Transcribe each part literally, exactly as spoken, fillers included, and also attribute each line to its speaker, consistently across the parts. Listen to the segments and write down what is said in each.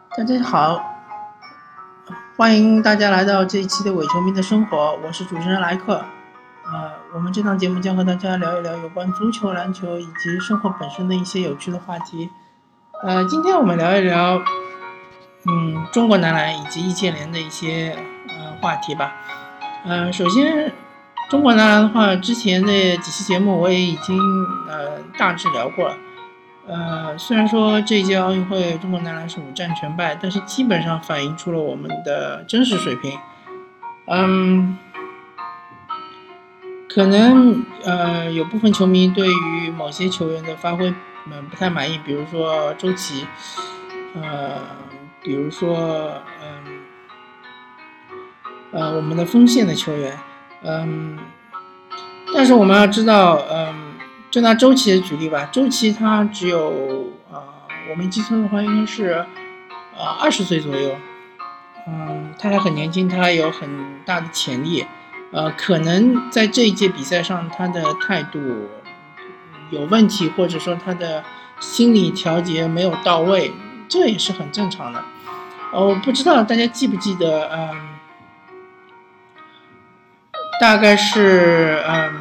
Speaker 1: 大家好，欢迎大家来到这一期的伪球迷的生活，我是主持人莱克。呃，我们这档节目将和大家聊一聊有关足球、篮球以及生活本身的一些有趣的话题。呃，今天我们聊一聊，嗯，中国男篮以及易建联的一些呃话题吧。呃，首先，中国男篮的话，之前的几期节目我也已经呃大致聊过了。呃，虽然说这一届奥运会中国男篮是五战全败，但是基本上反映出了我们的真实水平。嗯，可能呃有部分球迷对于某些球员的发挥嗯不太满意，比如说周琦，呃，比如说嗯呃我们的锋线的球员，嗯，但是我们要知道，嗯，就拿周琦的举例吧，周琦他只有呃我没记错的话，应该是呃二十岁左右，嗯，他还很年轻，他还有很大的潜力，呃，可能在这一届比赛上他的态度有问题，或者说他的心理调节没有到位，这也是很正常的。呃，我不知道大家记不记得，嗯，大概是嗯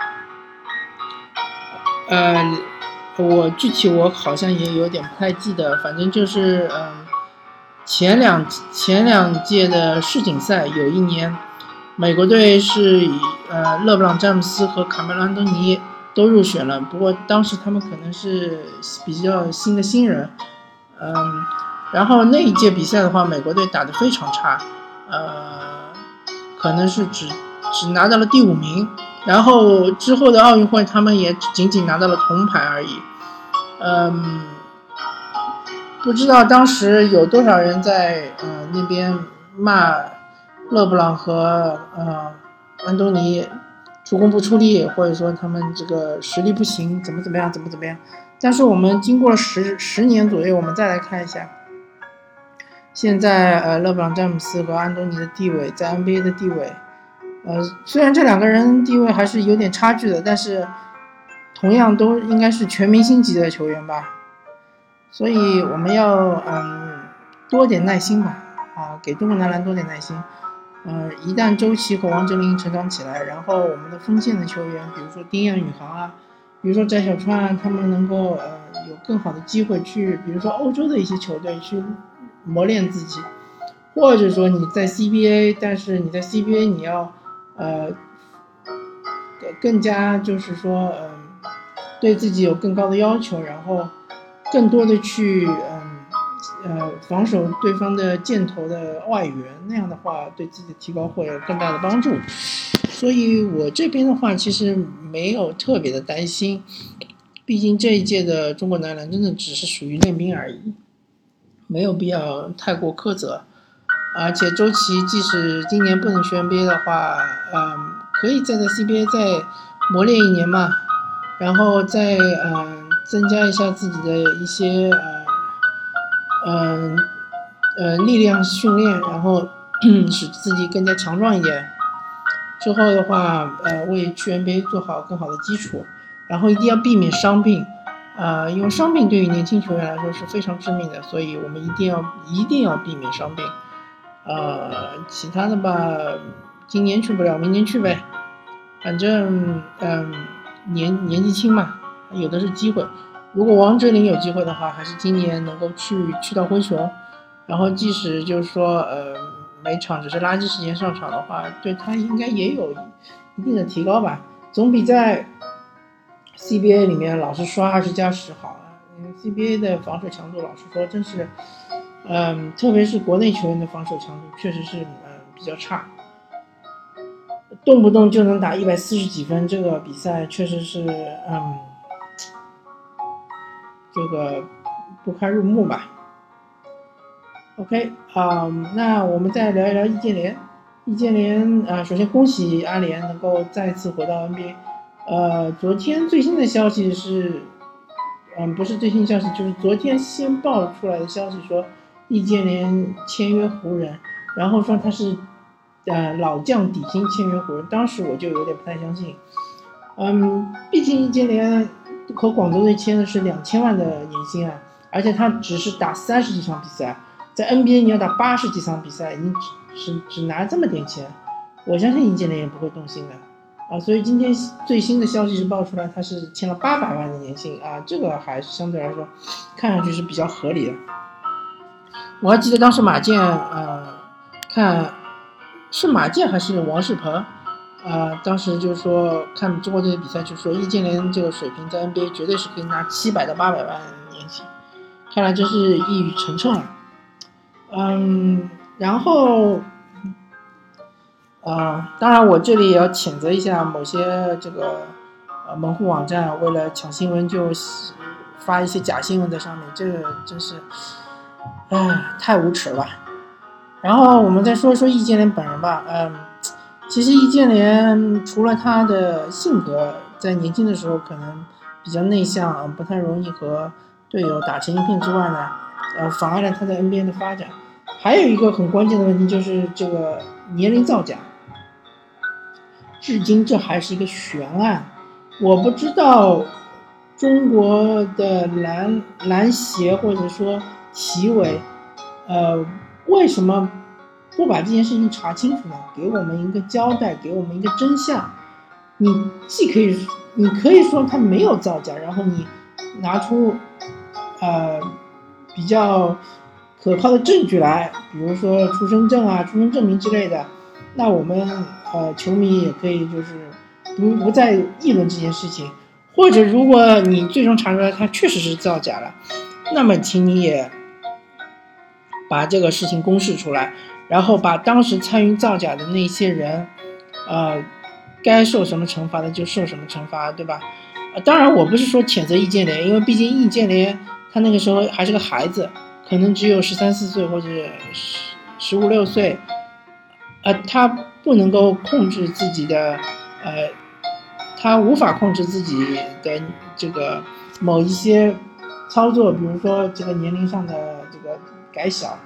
Speaker 1: 呃。我具体我好像也有点不太记得，反正就是嗯，前两前两届的世锦赛有一年，美国队是以呃勒布朗詹姆斯和卡梅隆安东尼都入选了，不过当时他们可能是比较新的新人，嗯，然后那一届比赛的话，美国队打得非常差，呃，可能是只只拿到了第五名。然后之后的奥运会，他们也仅仅拿到了铜牌而已。嗯，不知道当时有多少人在呃那边骂勒布朗和呃安东尼出工不出力，或者说他们这个实力不行，怎么怎么样，怎么怎么样。但是我们经过了十十年左右，我们再来看一下，现在呃勒布朗詹姆斯和安东尼的地位在 N B A 的地位。呃，虽然这两个人地位还是有点差距的，但是同样都应该是全明星级的球员吧，所以我们要嗯多点耐心吧，啊，给中国男篮多点耐心。呃，一旦周琦和王哲林成长起来，然后我们的锋线的球员，比如说丁彦雨航啊，比如说翟小川啊，他们能够呃有更好的机会去，比如说欧洲的一些球队去磨练自己，或者说你在 C B A， 但是你在 C B A 你要呃，更加就是说，嗯，对自己有更高的要求，然后更多的去，嗯，呃，防守对方的箭头的外援，那样的话对自己的提高会有更大的帮助。所以我这边的话，其实没有特别的担心，毕竟这一届的中国男篮真的只是属于练兵而已，没有必要太过苛责。而且周琦即使今年不能去 N B A 的话，嗯，可以再在 C B A 再磨练一年嘛，然后再嗯增加一下自己的一些呃嗯 呃, 呃力量训练，然后使自己更加强壮一点。之后的话，呃，为去 N B A 做好更好的基础，然后一定要避免伤病。呃，因为伤病对于年轻球员来说是非常致命的，所以我们一定要一定要避免伤病。呃，其他的吧，今年去不了，明年去呗，反正嗯年年纪轻嘛，有的是机会。如果王哲林有机会的话，还是今年能够去去到灰熊，然后即使就是说呃每场只是垃圾时间上场的话，对他应该也有一定的提高吧，总比在 C B A 里面老是刷二十加十好啊。因为 C B A 的防守强度，老实说真是。嗯，特别是国内球员的防守强度确实是嗯比较差，动不动就能打一百四十几分，这个比赛确实是嗯这个不堪入目吧。OK， 啊、嗯，那我们再聊一聊易建联。易建联啊、呃，首先恭喜阿联能够再次回到 N B A。呃，昨天最新的消息是，嗯，不是最新消息，就是昨天先爆出来的消息说。易建联签约湖人，然后说他是呃老将底薪签约湖人，当时我就有点不太相信。嗯，毕竟易建联和广州队签的是两千万的年薪啊，而且他只是打三十几场比赛， 在 N B A 你要打八十几场比赛，你只只只拿这么点钱，我相信易建联也不会动心的啊。所以今天最新的消息是爆出来，他是签了八百万的年薪啊，这个还是相对来说看上去是比较合理的。我还记得当时马健呃看是马健还是王仕鹏呃当时就说看中国队的比赛，就说易建联这个水平在 N B A 绝对是可以拿七百到八百万年薪，看来真是一语成谶了。嗯，然后呃当然我这里也要谴责一下某些这个呃门户网站为了抢新闻就发一些假新闻在上面，这个真是唉太无耻了。然后我们再说一说易建联本人吧。嗯，其实易建联除了他的性格在年轻的时候可能比较内向，不太容易和队友打成一片之外呢，呃，妨碍了他在 N B A 的发展。还有一个很关键的问题就是这个年龄造假，至今这还是一个悬案。我不知道中国的篮篮协或者说体委，呃，为什么不把这件事情查清楚呢？给我们一个交代，给我们一个真相。你既可以，你可以说他没有造假，然后你拿出呃比较可靠的证据来，比如说出生证啊、出生证明之类的，那我们呃球迷也可以就是不不再议论这件事情。或者如果你最终查出来他确实是造假了，那么请你也把这个事情公示出来，然后把当时参与造假的那些人呃该受什么惩罚的就受什么惩罚，对吧？呃、当然我不是说谴责易建联，因为毕竟易建联他那个时候还是个孩子，可能只有十三四岁或者十十五六岁，呃，他不能够控制自己的，呃，他无法控制自己的这个某一些操作，比如说这个年龄上的这个改小。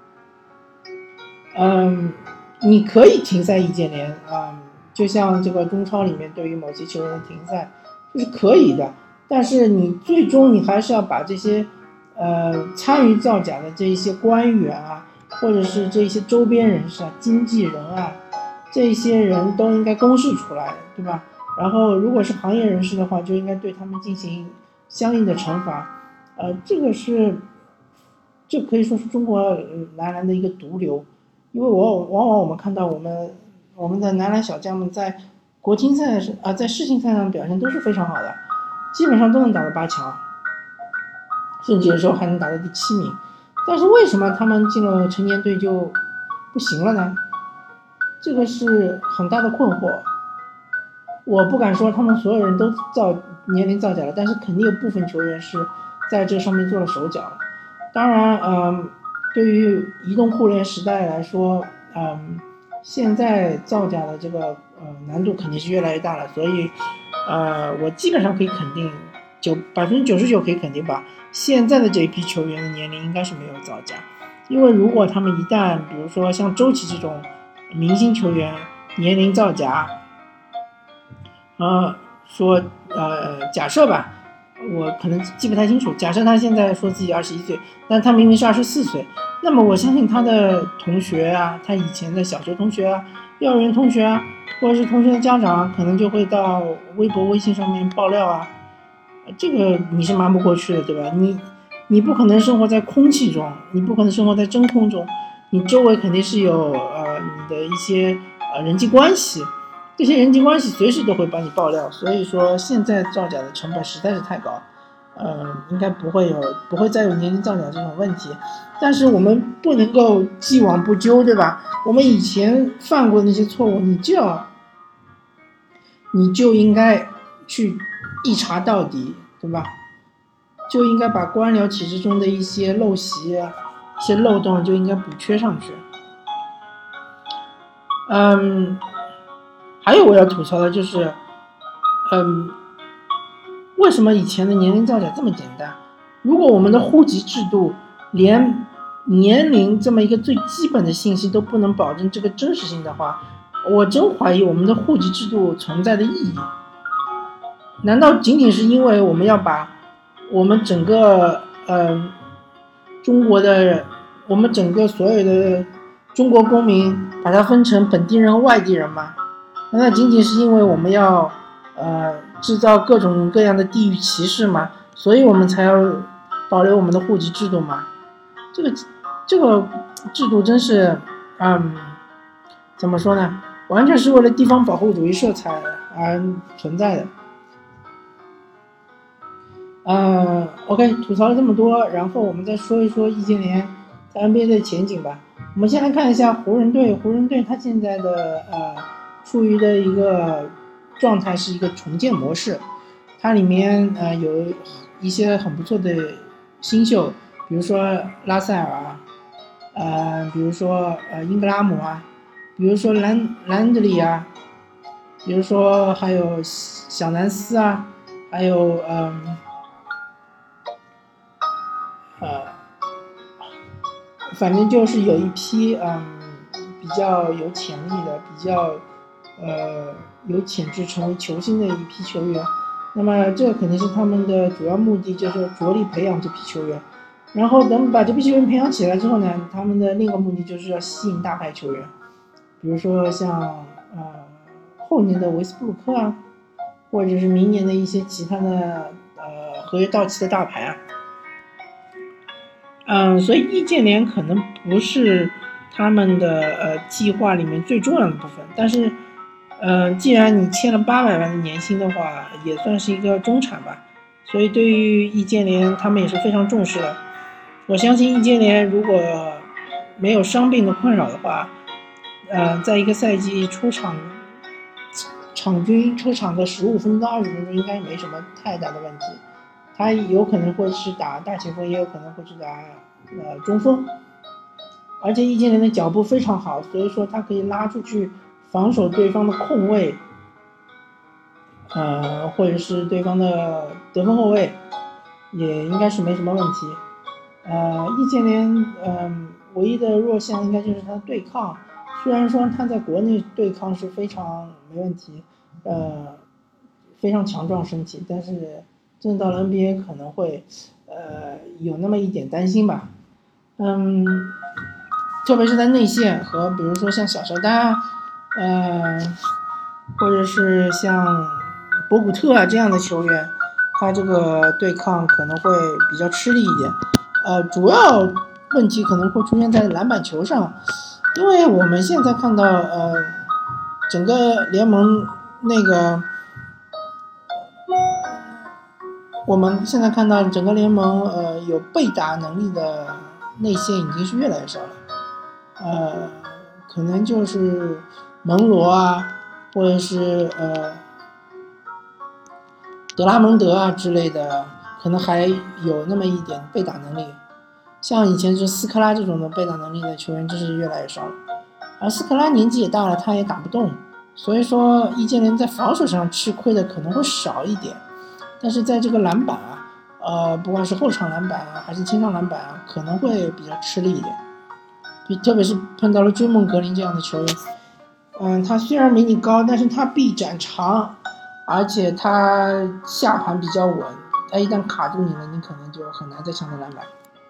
Speaker 1: 嗯，你可以停赛易建联啊、嗯，就像这个中超里面对于某些球员的停赛，这是可以的。但是你最终你还是要把这些呃参与造假的这一些官员啊，或者是这些周边人士啊、经纪人啊，这些人都应该公示出来，对吧？然后如果是行业人士的话，就应该对他们进行相应的惩罚。呃，这个是这可以说是中国男篮的一个毒瘤。因为我往往我们看到我们我们的男篮小将们在国青赛啊、呃、在世青赛上表现都是非常好的，基本上都能打到八强，甚至有时候还能打到第七名。但是为什么他们进了成年队就不行了呢？这个是很大的困惑。我不敢说他们所有人都造年龄造假了，但是肯定有部分球员是在这上面做了手脚。当然，嗯。对于移动互联时代来说，嗯，现在造假的这个呃难度肯定是越来越大了，所以，呃，我基本上可以肯定，九百分之九十九可以肯定吧，现在的这一批球员的年龄应该是没有造假，因为如果他们一旦比如说像周琦这种明星球员年龄造假，呃，说呃假设吧。我可能记不太清楚，假设他现在说自己二十一岁，但他明明是二十四岁，那么我相信他的同学啊，他以前的小学同学啊、幼儿园同学啊，或者是同学的家长啊，可能就会到微博、微信上面爆料啊，这个你是瞒不过去的，对吧？你你不可能生活在空气中，你不可能生活在真空中，你周围肯定是有呃你的一些呃人际关系。这些人际关系随时都会把你爆料，所以说现在造假的成本实在是太高，呃，应该不会有不会再有年龄造假这种问题。但是我们不能够既往不咎，对吧？我们以前犯过的那些错误，你就要你就应该去一查到底，对吧？就应该把官僚体制中的一些陋习、一些漏洞就应该补缺上去。嗯。还有我要吐槽的就是，嗯，为什么以前的年龄造假这么简单？如果我们的户籍制度连年龄这么一个最基本的信息都不能保证这个真实性的话，我真怀疑我们的户籍制度存在的意义。难道仅仅是因为我们要把我们整个呃中国的我们整个所有的中国公民把它分成本地人和外地人吗？那仅仅是因为我们要呃制造各种各样的地域歧视吗？所以我们才要保留我们的户籍制度吗？这个这个制度真是嗯怎么说呢？完全是为了地方保护主义色彩而存在的。呃 OK 吐槽了这么多，然后我们再说一说易建联在 N B A 的前景吧。我们先来看一下湖人队，湖人队他现在的呃处于的一个状态是一个重建模式，它里面呃有一些很不错的新秀，比如说拉塞尔啊，呃比如说呃英格拉姆啊，比如说兰兰德里啊，比如说还有小南斯啊，还有嗯呃。呃反正就是有一批嗯比较有潜力的、比较呃有潜质成为球星的一批球员，那么这肯定是他们的主要目的，就是着力培养这批球员。然后等把这批球员培养起来之后呢，他们的另一个目的就是要吸引大牌球员，比如说像呃后年的维斯布鲁克啊，或者是明年的一些其他的呃合约到期的大牌啊。嗯，所以易建联可能不是他们的呃计划里面最重要的部分，但是，呃，既然你签了八百万的年薪的话，也算是一个中产吧，所以对于易建联他们也是非常重视的。我相信易建联如果没有伤病的困扰的话，呃，在一个赛季出场场均出场个十五分钟到二十分钟，应该没什么太大的问题。他有可能会是打大前锋，也有可能会是打呃中锋，而且易建联的脚步非常好，所以说他可以拉出去防守对方的控卫，呃或者是对方的得分后卫，也应该是没什么问题。呃，易建联嗯、呃、唯一的弱项应该就是他的对抗，虽然说他在国内对抗是非常没问题，呃非常强壮身体，但是真到了 N B A 可能会呃有那么一点担心吧。嗯，特别是在内线和比如说像小乔丹，呃或者是像博古特啊这样的球员，他这个对抗可能会比较吃力一点。呃，主要问题可能会出现在篮板球上，因为我们现在看到呃整个联盟那个。我们现在看到整个联盟，呃，有被打能力的内线已经是越来越少了，呃，可能就是门罗啊，或者是呃德拉蒙德啊之类的，可能还有那么一点被打能力。像以前是斯科拉这种的被打能力的球员，真是越来越少了。而斯科拉年纪也大了，他也打不动，所以说易建联在防守上吃亏的可能会少一点。但是在这个篮板啊，呃，不管是后场篮板啊，还是前场篮板啊，可能会比较吃力一点。比特别是碰到了追梦格林这样的球员，嗯，他虽然没你高，但是他臂展长，而且他下盘比较稳，他一旦卡住你了，你可能就很难再抢到篮板。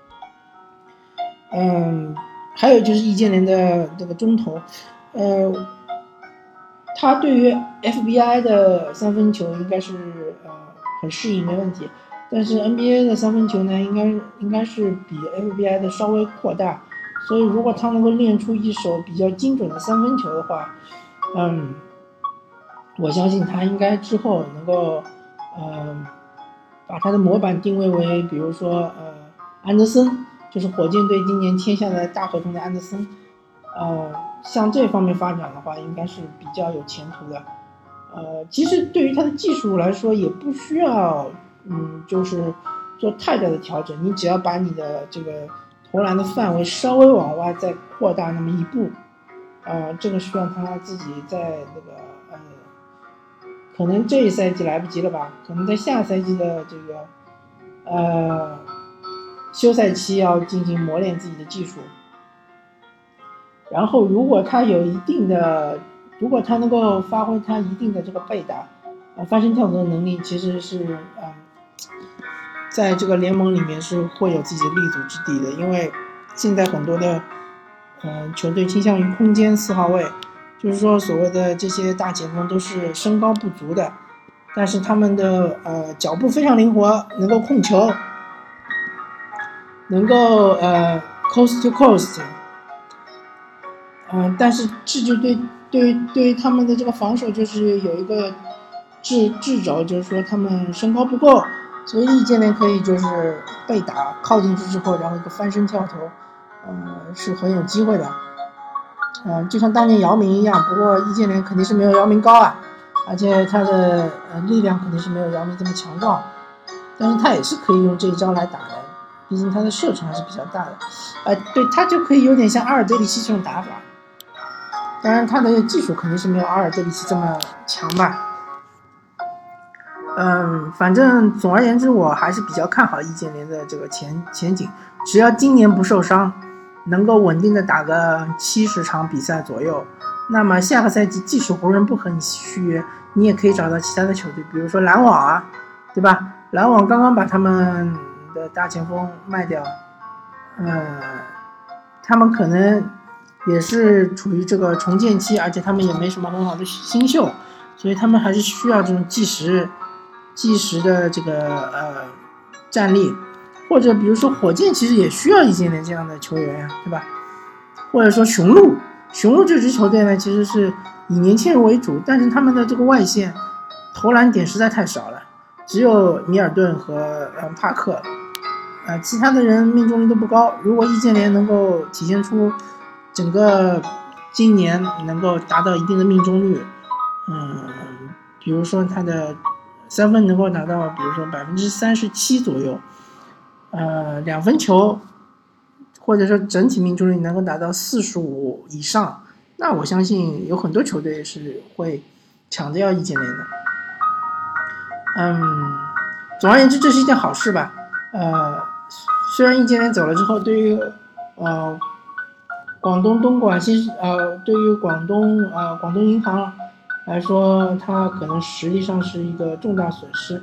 Speaker 1: 嗯，还有就是易建联的这个中投，呃，他对于 F B I 的三分球应该是呃很适应，没问题。但是 N B A 的三分球呢，应该应该是比 F B I 的稍微扩大，所以如果他能够练出一手比较精准的三分球的话，嗯，我相信他应该之后能够，呃，把他的模板定位为，比如说呃安德森，就是火箭队今年签下的大合同的安德森，呃，向这方面发展的话，应该是比较有前途的。呃，其实对于他的技术来说，也不需要，嗯，就是做太大的调整。你只要把你的这个投篮的范围稍微往外再扩大那么一步，呃，这个需要他自己在那个呃，可能这一赛季来不及了吧？可能在下赛季的这个呃休赛期要进行磨练自己的技术。然后，如果他有一定的，如果他能够发挥他一定的这个背打，呃，翻身跳投的能力，其实是嗯，在这个联盟里面是会有自己的立足之地的。因为现在很多的呃球队倾向于空间四号位，就是说所谓的这些大前锋都是身高不足的，但是他们的呃脚步非常灵活，能够控球，能够呃 coast to coast， 嗯、呃，但是这就对对对于他们的这个防守就是有一个制制肘，就是说他们身高不够，所以易建联可以就是被打靠进去之后，然后一个翻身跳投，呃是很有机会的，嗯、呃，就像当年姚明一样，不过易建联肯定是没有姚明高啊，而且他的呃力量肯定是没有姚明这么强壮，但是他也是可以用这一招来打的，毕竟他的射程还是比较大的，呃，对，他就可以有点像阿尔德里奇这种打法，当然他的技术肯定是没有阿尔德里奇这么强吧。嗯，反正总而言之，我还是比较看好易建联的这个前前景。只要今年不受伤，能够稳定的打个七十场比赛左右，那么下个赛季即使湖人不和你续约，你也可以找到其他的球队，比如说篮网啊，对吧？篮网刚刚把他们的大前锋卖掉，嗯，他们可能也是处于这个重建期，而且他们也没什么很好的新秀，所以他们还是需要这种计时。计时的这个呃战力，或者比如说火箭其实也需要易建联这样的球员呀，对吧？或者说雄鹿，雄鹿这支球队呢，其实是以年轻人为主，但是他们的这个外线投篮点实在太少了，只有米尔顿和呃帕克，呃其他的人命中率都不高。如果易建联能够体现出整个今年能够达到一定的命中率，嗯，比如说他的三分能够达到，比如说百分之三十七左右，呃，两分球或者说整体命中率能够达到四十五以上，那我相信有很多球队是会抢着要易建联的。嗯，总而言之，这是一件好事吧。呃，虽然易建联走了之后，对于呃广东东莞新呃对于广东呃广东银行来说，它可能实际上是一个重大损失。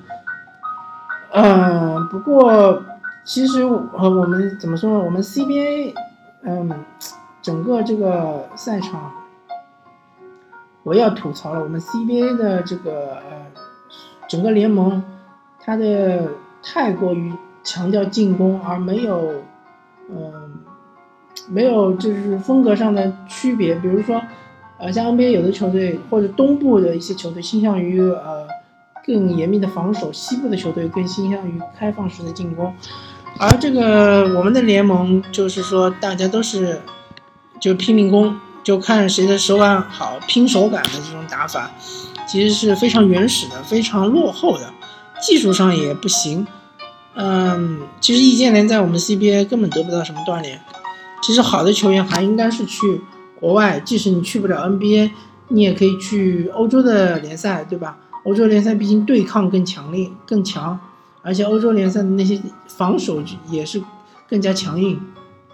Speaker 1: 嗯，不过其实呃我们怎么说呢？我们 C B A， 嗯，整个这个赛场，我要吐槽了。我们 C B A 的这个呃整个联盟，它的太过于强调进攻，而没有嗯没有就是风格上的区别。比如说，呃，像 N B A 有的球队或者东部的一些球队倾向于呃更严密的防守，西部的球队更倾向于开放式的进攻。而这个我们的联盟就是说，大家都是就拼命攻，就看谁的手感好，拼手感的这种打法，其实是非常原始的，非常落后的，技术上也不行。嗯，其实易建联在我们 C B A 根本得不到什么锻炼。其实好的球员还应该是去国外，即使你去不了 N B A， 你也可以去欧洲的联赛，对吧？欧洲联赛毕竟对抗更强烈、更强，而且欧洲联赛的那些防守也是更加强硬。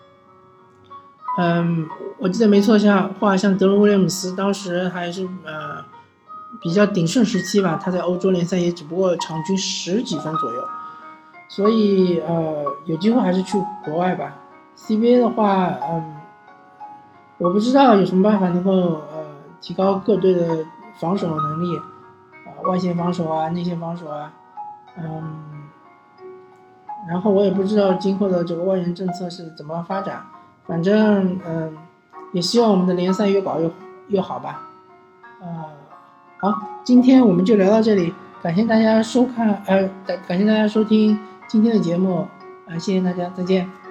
Speaker 1: 嗯，我记得没错像话，像德伦威廉姆斯当时还是呃比较鼎盛时期吧，他在欧洲联赛也只不过场均十几分左右，所以呃有机会还是去国外吧。C B A 的话，嗯，我不知道有什么办法能够呃提高各队的防守能力，啊、呃，外线防守啊，内线防守啊，嗯，然后我也不知道今后的这个外援政策是怎么发展，反正嗯，也希望我们的联赛越搞越越好吧。呃，好，今天我们就聊到这里，感谢大家收看，呃，感谢大家收听今天的节目，啊、呃，谢谢大家，再见。